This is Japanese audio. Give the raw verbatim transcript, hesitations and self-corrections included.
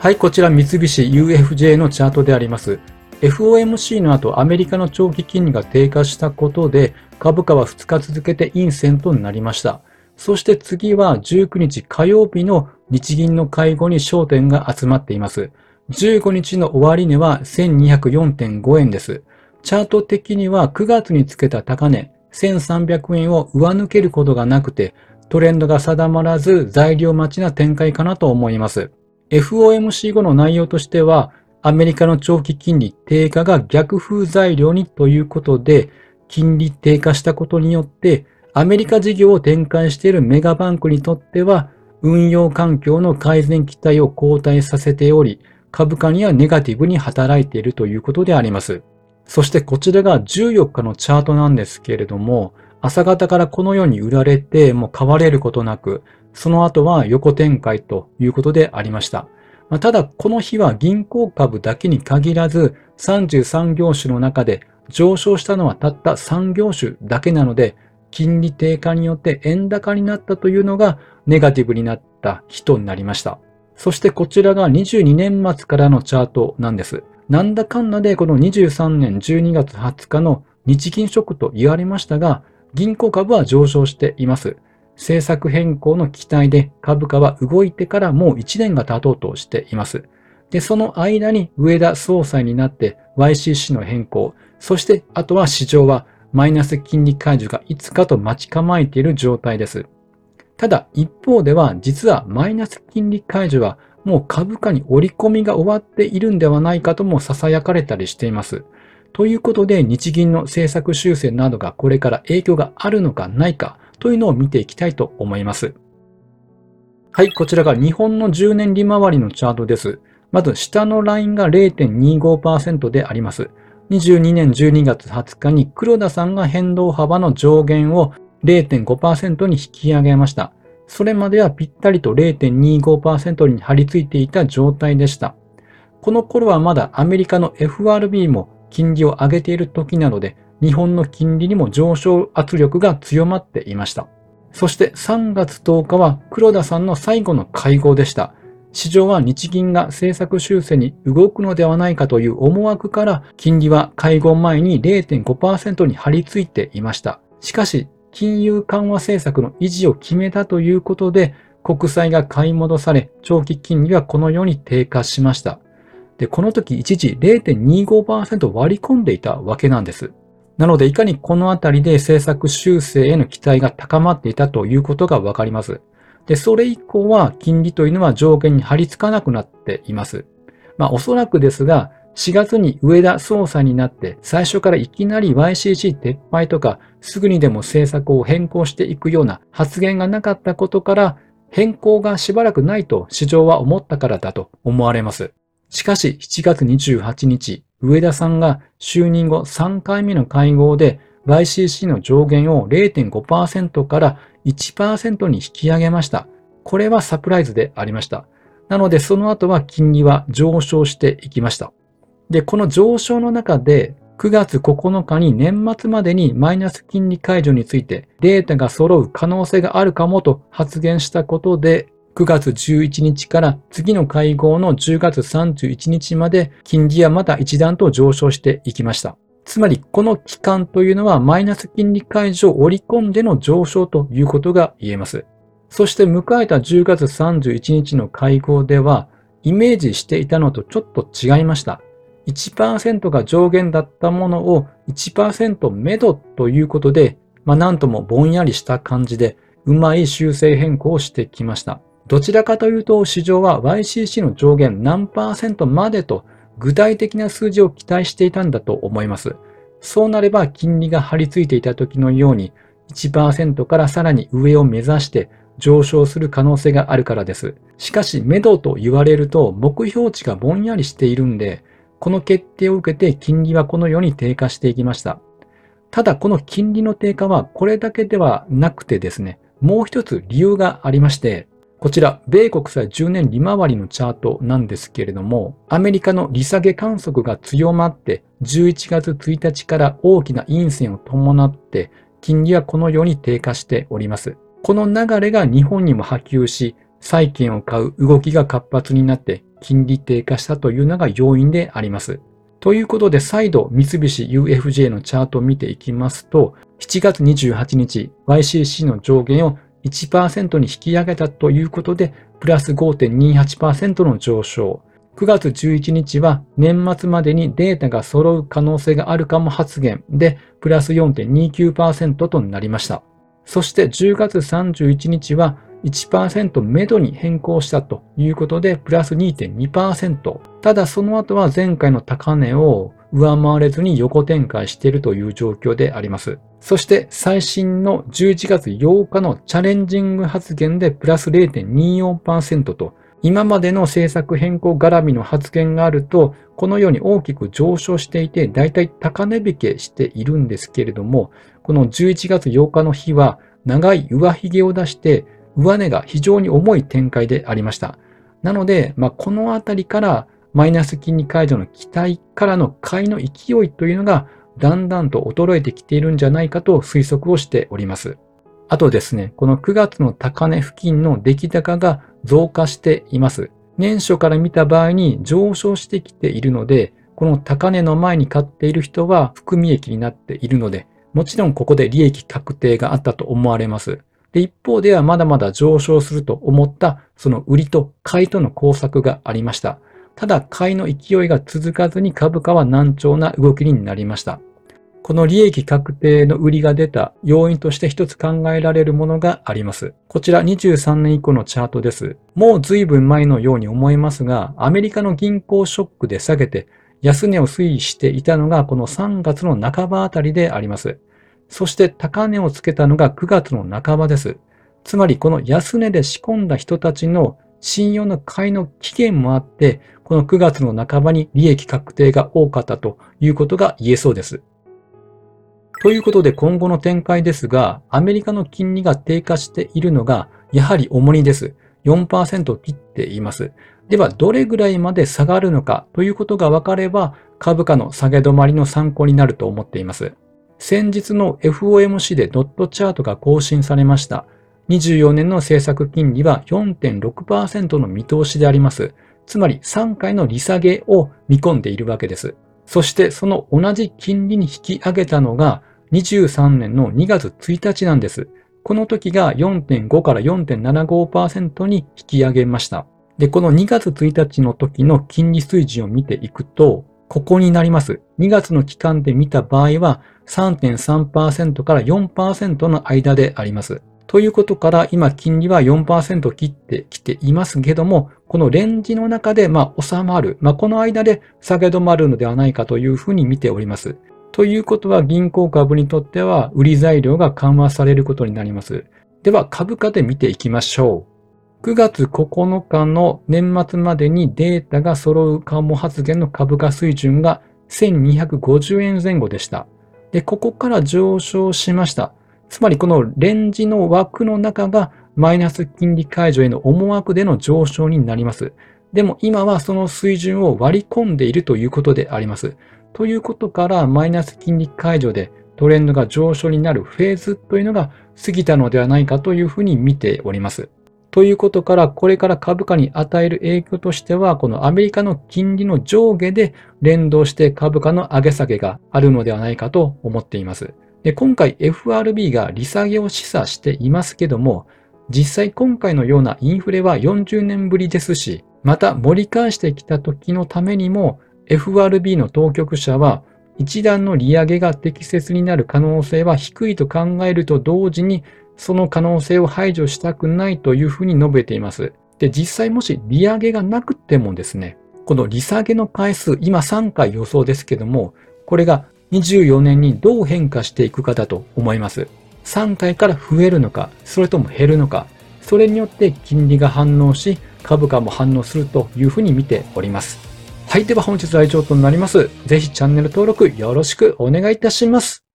はい、こちら三菱 ユーエフジェー のチャートであります。エフオーエムシー の後、アメリカの長期金利が低下したことで、株価はふつか続けて陰線となりました。そして次はじゅうくにち火曜日の日銀の会合に焦点が集まっています。じゅうごにちの終値は せんにひゃくよんてんご 円です。チャート的にはくがつにつけた高値、せんさんびゃくえんを上抜けることがなくて、トレンドが定まらず材料待ちな展開かなと思います。エフオーエムシー 後の内容としては、アメリカの長期金利低下が逆風材料にということで、金利低下したことによって、アメリカ事業を展開しているメガバンクにとっては、運用環境の改善期待を後退させており、株価にはネガティブに働いているということであります。そしてこちらがじゅうよっかのチャートなんですけれども、朝方からこのように売られて、もう買われることなく、その後は横展開ということでありました。ただ、この日は銀行株だけに限らず、さんじゅうさんぎょうしゅの中で上昇したのはたったさんぎょうしゅだけなので、金利低下によって円高になったというのがネガティブになった日となりました。そしてこちらがにじゅうにねん末からのチャートなんです。なんだかんだでこのにじゅうさんねんじゅうにがつはつかの日銀ショックと言われましたが、銀行株は上昇しています。政策変更の期待で株価は動いてからもういちねんが経とうとしています。で、その間に植田総裁になって ワイシーシー の変更、そしてあとは市場はマイナス金利解除がいつかと待ち構えている状態です。ただ一方では実はマイナス金利解除はもう株価に織り込みが終わっているんではないかとも囁かれたりしています。ということで日銀の政策修正などがこれから影響があるのかないかというのを見ていきたいと思います。はい、こちらが日本のじゅうねん利回りのチャートです。まず下のラインが れいてんにごパーセント であります。にじゅうにねんじゅうにがつはつかに黒田さんが変動幅の上限を れいてんごパーセント に引き上げました。それまではぴったりと れいてんにごパーセント に張り付いていた状態でした。この頃はまだアメリカの エフアールビー も金利を上げている時なので、日本の金利にも上昇圧力が強まっていました。そしてさんがつとおかは黒田さんの最後の会合でした。市場は日銀が政策修正に動くのではないかという思惑から、金利は会合前に れいてんごパーセント に張り付いていました。しかし、金融緩和政策の維持を決めたということで、国債が買い戻され、長期金利はこのように低下しました。で、この時一時 れいてんにごパーセント 割り込んでいたわけなんです。なので、いかにこのあたりで政策修正への期待が高まっていたということがわかります。で、それ以降は金利というのは上限に張り付かなくなっています。まあ、おそらくですが、しがつに植田総裁になって最初からいきなり ワイシーシー 撤廃とかすぐにでも政策を変更していくような発言がなかったことから、変更がしばらくないと市場は思ったからだと思われます。しかししちがつにじゅうはちにち、植田さんが就任後さんかいめの会合で ワイシーシー の上限を れいてんごパーセント から いちパーセント に引き上げました。これはサプライズでありました。なのでその後は金利は上昇していきました。で、この上昇の中でくがつここのかに年末までにマイナス金利解除についてデータが揃う可能性があるかもと発言したことで、くがつじゅういちにちから次の会合のじゅうがつさんじゅういちにちまで金利はまた一段と上昇していきました。つまりこの期間というのはマイナス金利解除を織り込んでの上昇ということが言えます。そして迎えたじゅうがつさんじゅういちにちの会合ではイメージしていたのとちょっと違いました。いちパーセント が上限だったものを いちパーセント 目処ということで、まあなんともぼんやりした感じでうまい修正変更をしてきました。どちらかというと市場は ワイシーシー の上限何パーセントまでと具体的な数字を期待していたんだと思います。そうなれば金利が張り付いていた時のように いちパーセント からさらに上を目指して上昇する可能性があるからです。しかし、目処と言われると目標値がぼんやりしているんで、この決定を受けて金利はこのように低下していきました。ただ、この金利の低下はこれだけではなくてですね、もう一つ理由がありまして、こちら、米国債じゅうねん利回りのチャートなんですけれども、アメリカの利下げ観測が強まって、じゅういちがつついたちから大きな陰線を伴って、金利はこのように低下しております。この流れが日本にも波及し、債券を買う動きが活発になって、 金利低下したというのが要因であります。ということで再度三菱 ユーエフジェー のチャートを見ていきますと、しちがつにじゅうはちにち ワイシーシー の上限を いちパーセント に引き上げたということで、プラス ごてんにーはちパーセント の上昇。くがつじゅういちにちは年末までにデータが揃う可能性があるかも発言で、プラス よんてんにーきゅうパーセント となりました。そしてじゅうがつさんじゅういちにちはいちパーセント めどに変更したということで、プラス にてんにパーセント。ただその後は前回の高値を上回れずに横展開しているという状況であります。そして最新のじゅういちがつようかのチャレンジング発言でプラス れいてんにーよんパーセント と、今までの政策変更絡みの発言があると、このように大きく上昇していて、だいたい高値引けしているんですけれども、このじゅういちがつようかの日は長い上髭を出して、上値が非常に重い展開でありました。なので、まあ、このあたりからマイナス金利解除の期待からの買いの勢いというのがだんだんと衰えてきているんじゃないかと推測をしております。あとですね、このくがつの高値付近の出来高が増加しています。年初から見た場合に上昇してきているので、この高値の前に買っている人は含み益になっているので、もちろんここで利益確定があったと思われます。で、一方ではまだまだ上昇すると思ったその売りと買いとの交錯がありました。ただ買いの勢いが続かずに株価は難聴な動きになりました。この利益確定の売りが出た要因として一つ考えられるものがあります。こちらにじゅうさんねん以降のチャートです。もう随分前のように思えますが、アメリカの銀行ショックで下げて安値を推移していたのがこのさんがつの半ばあたりであります。そして高値をつけたのがくがつの半ばです。つまりこの安値で仕込んだ人たちの信用の買いの期限もあって、このくがつの半ばに利益確定が多かったということが言えそうです。ということで今後の展開ですが、アメリカの金利が低下しているのがやはり重荷です。よんパーセント を切っています。ではどれぐらいまで下がるのかということが分かれば、株価の下げ止まりの参考になると思っています。先日の エフオーエムシー でドットチャートが更新されました。にじゅうよねんの政策金利は よんてんろくパーセント の見通しであります。つまりさんかいの利下げを見込んでいるわけです。そしてその同じ金利に引き上げたのがにじゅうさんねんのにがつついたちなんです。この時が よんてんご から よんてんななごパーセント に引き上げました。で、このにがつついたちの時の金利水準を見ていくと、ここになります。にがつの期間で見た場合は さんてんさんパーセント から よんパーセント の間であります。ということから今金利は よんパーセント 切ってきていますけども、このレンジの中でまあ収まる、まあ、この間で下げ止まるのではないかというふうに見ております。ということは銀行株にとっては売り材料が緩和されることになります。では株価で見ていきましょう。くがつここのかの年末までにデータが揃うかも発言の株価水準がせんにひゃくごじゅうえんぜん後でした。で、ここから上昇しました。つまりこのレンジの枠の中がマイナス金利解除への思惑での上昇になります。でも今はその水準を割り込んでいるということであります。ということからマイナス金利解除でトレンドが上昇になるフェーズというのが過ぎたのではないかというふうに見ております。ということからこれから株価に与える影響としてはこのアメリカの金利の上下で連動して株価の上げ下げがあるのではないかと思っています。で、今回 エフアールビー が利下げを示唆していますけども、実際今回のようなインフレはよんじゅうねんぶりですし、また盛り返してきた時のためにも エフアールビー の当局者は一段の利上げが適切になる可能性は低いと考えると同時にその可能性を排除したくないというふうに述べています。で、実際もし利上げがなくてもですね、この利下げの回数、今さんかい予想ですけども、これがにじゅうよねんにどう変化していくかだと思います。さんかいから増えるのか、それとも減るのか、それによって金利が反応し、株価も反応するというふうに見ております。はい、では本日は以上となります。ぜひチャンネル登録よろしくお願いいたします。